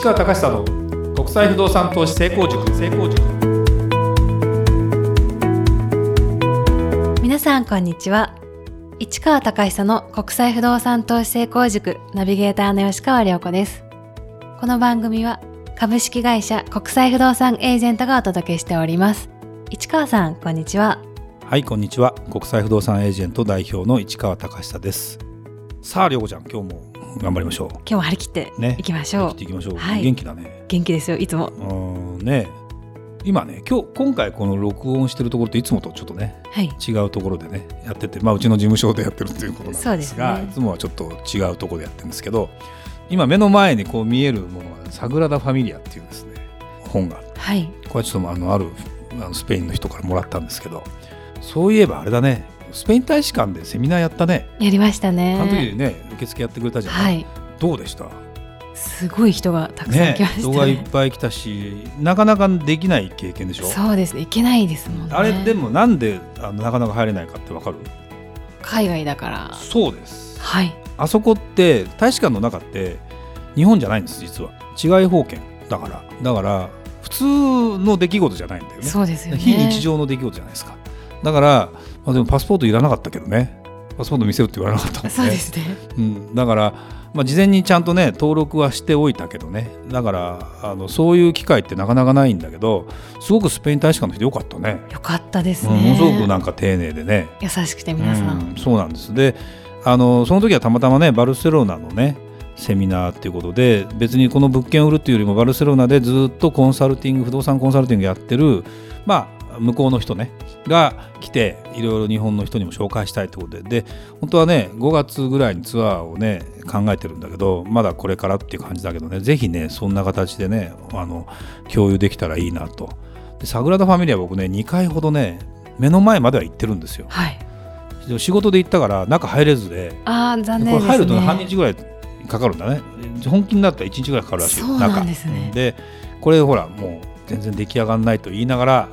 川隆久の国際不動産投資成功塾。 皆さんこんにちは。市川隆久の国際不動産投資成功塾ナビゲーターの吉川亮子です。この番組は株式会社国際不動産エージェントがお届けしております。市川さんこんにちは。 はい、こんにちは。国際不動産エージェント代表の市川隆久です。さあ、亮子ちゃん、今日も頑張りましょう。 今日も張り切っていきましょう。 張り切っていきましょう。 はい、 元気だね。 元気ですよ、いつも。 ね、今ね、今回この録音してるところっていつもとちょっとね、はい、違うところでねやってて、うちの事務所でやってるっていうことなんですが、いつもはちょっと違うところでやってるんですけど、今目の前にこう見えるものはサグラダ・ファミリアっていうですね本が、はい、これはちょっとあるスペインの人からもらったんですけど、そういえばあれだね、スペイン大使館でセミナーやったね。 やりましたね。 あの時ね、受付やってくれたじゃない、はい、どうでした？ すごい人がたくさん来ましたね。 人がいっぱい来たし、なかなかできない経験でしょ。 そうですね、行けないですもんね。 あれでもなんでなかなか入れないかってわかる？ 海外だから。 そうです、 はい、 あそこって大使館の中って日本じゃないんです。実は治外法権だから普通の出来事じゃないんだよね。 そうですよね。 非日常の出来事じゃないですか。だから、でもパスポートいらなかったけどね。パスポート見せるって言われなかったもんね。 そうですね、 だから、事前にちゃんとね登録はしておいたけどね。だからそういう機会ってなかなかないんだけど、すごくスペイン大使館の人よかったね。 よかったですね。 ものすごくなんか丁寧でね、 優しくて皆さん、 そうなんです。でその時はたまたまねバルセロナのねセミナーっていうことで、別にこの物件を売るっていうよりもバルセロナでずっと不動産コンサルティングやってる向こうの人ねが来て、いろいろ日本の人にも紹介したいってことで、本当はね5月ぐらいにツアーをね考えてるんだけど、まだこれからっていう感じだけどね、ぜひねそんな形でね共有できたらいいなと。でサグラダ・ファミリア僕ね2回ほどね目の前までは行ってるんですよ、はい、仕事で行ったから中入れずで、 残念ですね。 これ入ると半日ぐらいかかるんだね。本気になったら1日ぐらいかかるらしい。 そうなんですね。 でこれほらもう全然出来上がらないと言いながら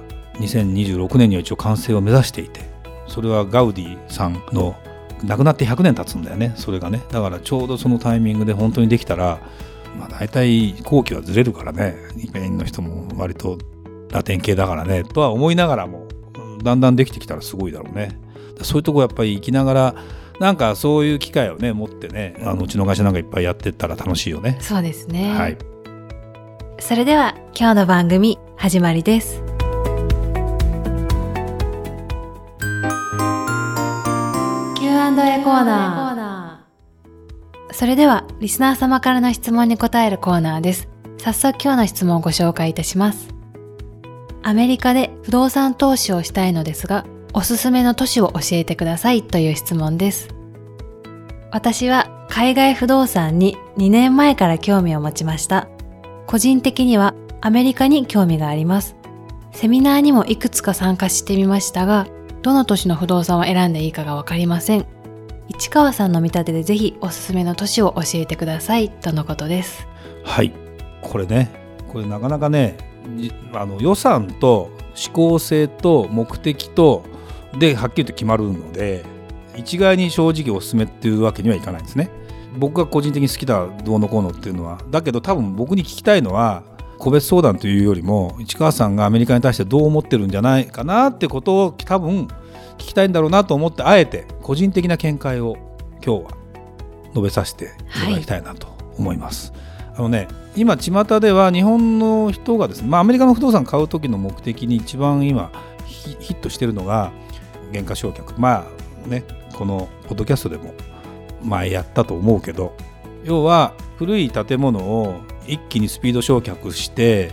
2026年には一応完成を目指していて、それはガウディさんの亡くなって100年経つんだよね、それがね。だからちょうどそのタイミングで本当にできたら、大体工期はずれるからね、スペインの人も割とラテン系だからねとは思いながらも、だんだんできてきたらすごいだろうね。そういうとこやっぱり行きながら、なんかそういう機会をね持ってね、うちの会社なんかいっぱいやってったら楽しいよね。 そうですね、 はい、 それでは今日の番組始まりです。Q&A コーナー。それではリスナー様からの質問に答えるコーナーです。早速今日の質問をご紹介いたします。アメリカで不動産投資をしたいのですが、おすすめの都市を教えてくださいという質問です。私は海外不動産に2年前から興味を持ちました。個人的にはアメリカに興味があります。セミナーにもいくつか参加してみましたが、どの都市の不動産を選んでいいかがわかりません。市川さんの見立てでぜひおすすめの都市を教えてくださいとのことです。はい、これなかなかね、予算と指向性と目的とではっきりと決まるので、一概に正直おすすめっていうわけにはいかないんですね。僕が個人的に好きだどうのこうのっていうのは、だけど多分僕に聞きたいのは個別相談というよりも、市川さんがアメリカに対してどう思ってるんじゃないかなってことを多分聞きたいんだろうなと思って、あえて個人的な見解を今日は述べさせていただきたいなと思います。今巷では日本の人がですね、アメリカの不動産買う時の目的に一番今ヒットしてるのが減価償却。このポッドキャストでも前やったと思うけど、要は古い建物を一気にスピード償却して、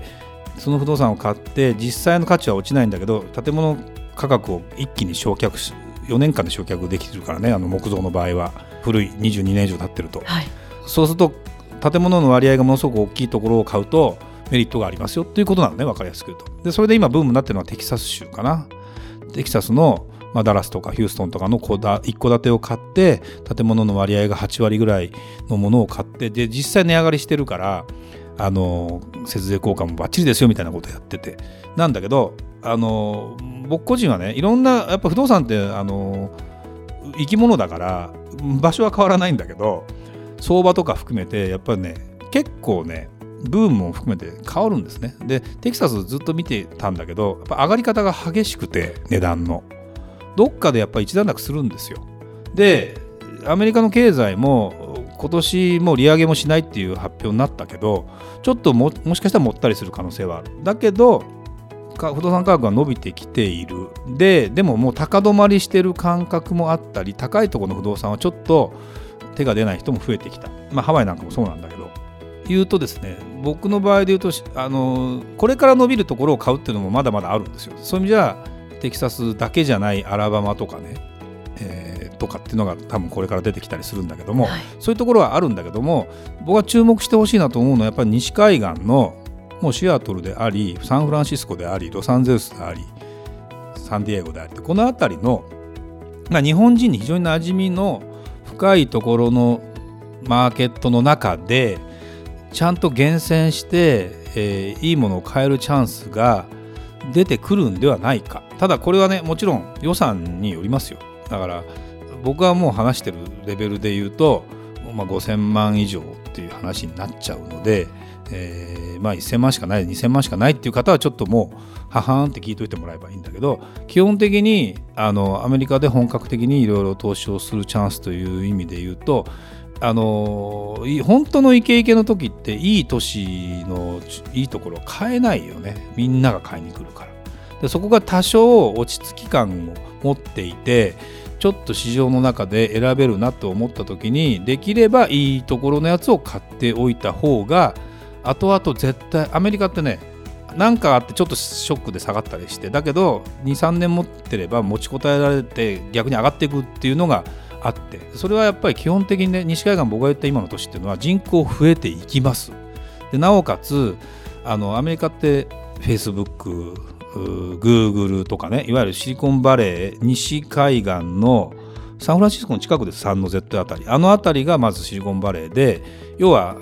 その不動産を買って実際の価値は落ちないんだけど、建物価格を一気に償却し、4年間で償却できるからね、木造の場合は古い22年以上経ってると、はい、そうすると建物の割合がものすごく大きいところを買うとメリットがありますよっていうことなのね、分かりやすく言うと。でそれで今ブームになってるのはテキサス州かな。テキサスのダラスとかヒューストンとかの一戸建てを買って、建物の割合が8割ぐらいのものを買って、で実際値上がりしてるから、節税効果もバッチリですよみたいなことをやってて、なんだけど僕個人はね、いろんなやっぱ不動産って生き物だから場所は変わらないんだけど、相場とか含めてやっぱりね、結構ねブームも含めて変わるんですね。でテキサスずっと見てたんだけど、やっぱ上がり方が激しくて、値段のどっかでやっぱり一段落するんですよ。でアメリカの経済も今年もう利上げもしないっていう発表になったけど、ちょっと もしかしたらもったりする可能性はある。だけど不動産価格が伸びてきている。でももう高止まりしてる感覚もあったり、高いところの不動産はちょっと手が出ない人も増えてきた。ハワイなんかもそうなんだけど、言うとですね、僕の場合で言うとこれから伸びるところを買うっていうのもまだまだあるんですよ。そういう意味じゃテキサスだけじゃないアラバマとかね、とかっていうのが多分これから出てきたりするんだけども、そういうところはあるんだけども、僕は注目してほしいなと思うのはやっぱり西海岸のもうシアトルであり、サンフランシスコであり、ロサンゼルスであり、サンディエゴであり、この辺りの、日本人に非常に馴染みの深いところのマーケットの中でちゃんと厳選して、いいものを買えるチャンスが出てくるんではないか。ただこれはね、もちろん予算によりますよ。だから僕はもう話してるレベルで言うと、5000万以上っていう話になっちゃうので、1000万しかない、2000万しかないっていう方はちょっともうははーんって聞いといてもらえばいいんだけど、基本的にアメリカで本格的にいろいろ投資をするチャンスという意味で言うと、本当のイケイケの時っていい都市のいいところを買えないよね。みんなが買いに来るから。でそこが多少落ち着き感を持っていて、ちょっと市場の中で選べるなと思った時に、できればいいところのやつを買っておいた方が後々絶対、アメリカってね、なんかあってちょっとショックで下がったりして、だけど 2,3 年持ってれば持ちこたえられて逆に上がっていくっていうのがあって、それはやっぱり基本的にね、西海岸僕が言った今の都市っていうのは人口増えていきます。でなおかつアメリカってフェイスブック、Google とかね、いわゆるシリコンバレー、西海岸のサンフランシスコの近くです。サンノゼットあたり、辺りがまずシリコンバレーで、要は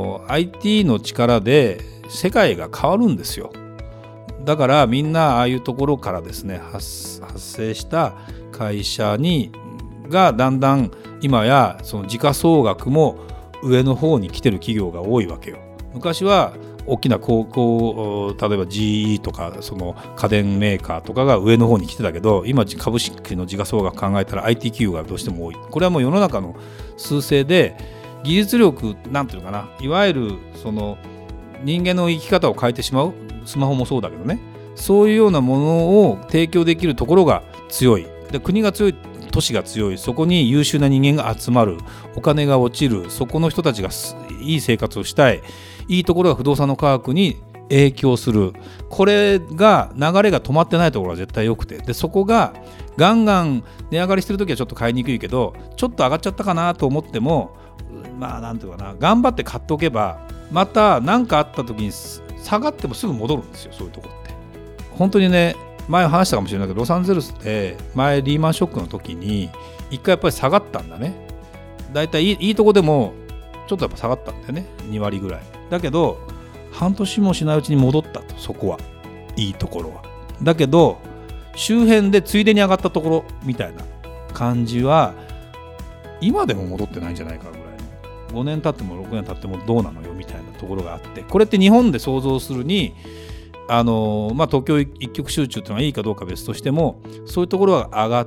IT の力で世界が変わるんですよ。だからみんなああいうところからですね、発生した会社がだんだん今やその時価総額も上の方に来てる企業が多いわけよ。昔は大きな例えば GE とかその家電メーカーとかが上の方に来てたけど、今株式の時価総額考えたら IT 企業がどうしても多い。これはもう世の中の趨勢で、技術力なんていうのかな、いわゆるその人間の生き方を変えてしまう、スマホもそうだけどね、そういうようなものを提供できるところが強い。で国が強い、都市が強い、そこに優秀な人間が集まる、お金が落ちる、そこの人たちがいい生活をしたい、いいところが不動産の価格に影響する。これが流れが止まってないところは絶対良くて、でそこがガンガン値上がりしてるときはちょっと買いにくいけど、ちょっと上がっちゃったかなと思っても、なんていうかな、頑張って買っておけばまた何かあったときに下がってもすぐ戻るんですよ。そういうところって本当にね、前話したかもしれないけど、ロサンゼルスで前リーマンショックの時に一回やっぱり下がったんだね。だいたいいいとこでもちょっとやっぱ下がったんだよね、2割ぐらい。だけど半年もしないうちに戻ったと。そこはいいところは。だけど周辺でついでに上がったところみたいな感じは今でも戻ってないんじゃないかぐらいの、5年経っても6年経ってもどうなのよみたいなところがあって、これって日本で想像するに東京一極集中っていうのはいいかどうか別としても、そういうところが上がって、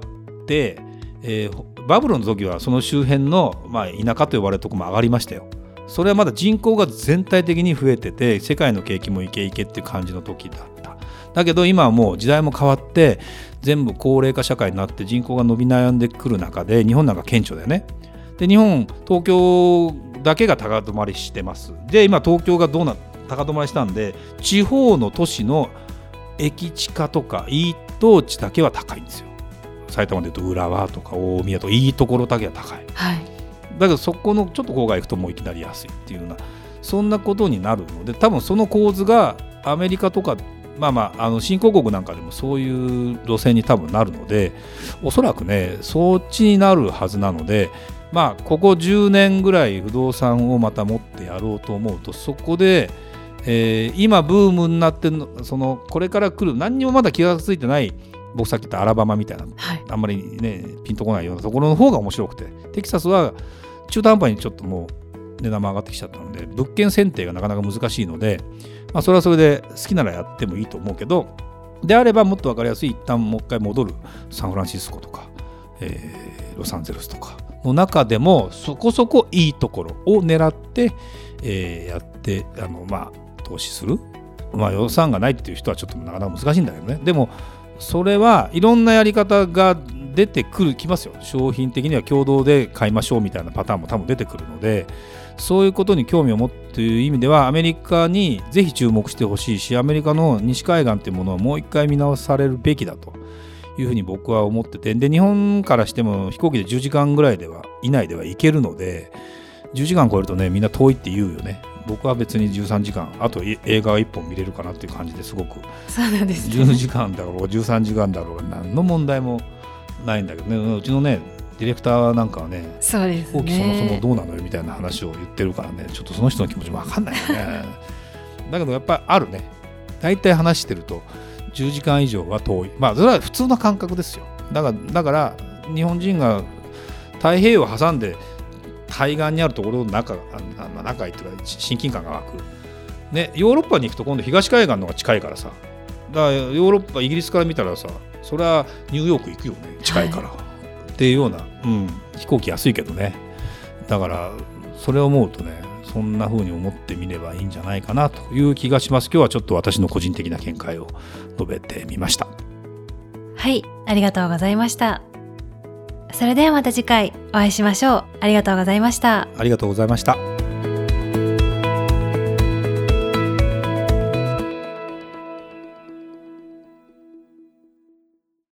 バブルの時はその周辺の、田舎と呼ばれるところも上がりましたよ。それはまだ人口が全体的に増えてて、世界の景気もイケイケっていう感じの時だった。だけど今はもう時代も変わって全部高齢化社会になって人口が伸び悩んでくる中で、日本なんか顕著だよね。で東京だけが高止まりしてます。で今東京が高止まりしたんで、地方の都市の駅地価とか一等地だけは高いんですよ。埼玉でいうと浦和とか大宮とかいいところだけは高い、だけどそこのちょっと郊外行くともういきなり安いっていうような、そんなことになるので、多分その構図がアメリカとか新興国なんかでもそういう路線に多分なるので、おそらくねそっちになるはずなので、ここ10年ぐらい不動産をまた持ってやろうと思うと、そこで今ブームになってそのこれから来る、何にもまだ気がついてない、僕さっき言ったアラバマみたいな、あんまりねピンとこないようなところの方が面白くて、テキサスは中途半端にちょっともう値段も上がってきちゃったので物件選定がなかなか難しいので、それはそれで好きならやってもいいと思うけど、であればもっと分かりやすい一旦もう一回戻るサンフランシスコとか、ロサンゼルスとかの中でもそこそこいいところを狙って、やって投資する、予算がないっていう人はちょっとなかなか難しいんだけどね。でもそれはいろんなやり方が出てきますよ。商品的には共同で買いましょうみたいなパターンも多分出てくるので、そういうことに興味を持っている意味ではアメリカにぜひ注目してほしいし、アメリカの西海岸というものをもう一回見直されるべきだというふうに僕は思ってて、で日本からしても飛行機で10時間ぐらい以内では行けるので、10時間超えるとねみんな遠いって言うよね。僕は別に13時間あと映画が1本見れるかなっていう感じですごく、 そうなんですね、 10時間だろう13時間だろうが何の問題もないんだけどね。うちのねディレクターなんかはね、 そうですね、 飛行機そもそもどうなのよみたいな話を言ってるからね、ちょっとその人の気持ちも分かんないよねだけどやっぱりあるね。大体話してると10時間以上は遠い、それは普通の感覚ですよ。だから日本人が太平洋を挟んで対岸にあるところの仲いいっていうか親近感が湧く、ね、ヨーロッパに行くと今度東海岸の方が近いからさ、だからヨーロッパイギリスから見たらさ、それはニューヨーク行くよね近いから、っていうような、飛行機安いけどね。だからそれを思うとね、そんな風に思ってみればいいんじゃないかなという気がします。今日はちょっと私の個人的な見解を述べてみました。 はい、ありがとうございました。それではまた次回お会いしましょう。ありがとうございました。 ありがとうございました。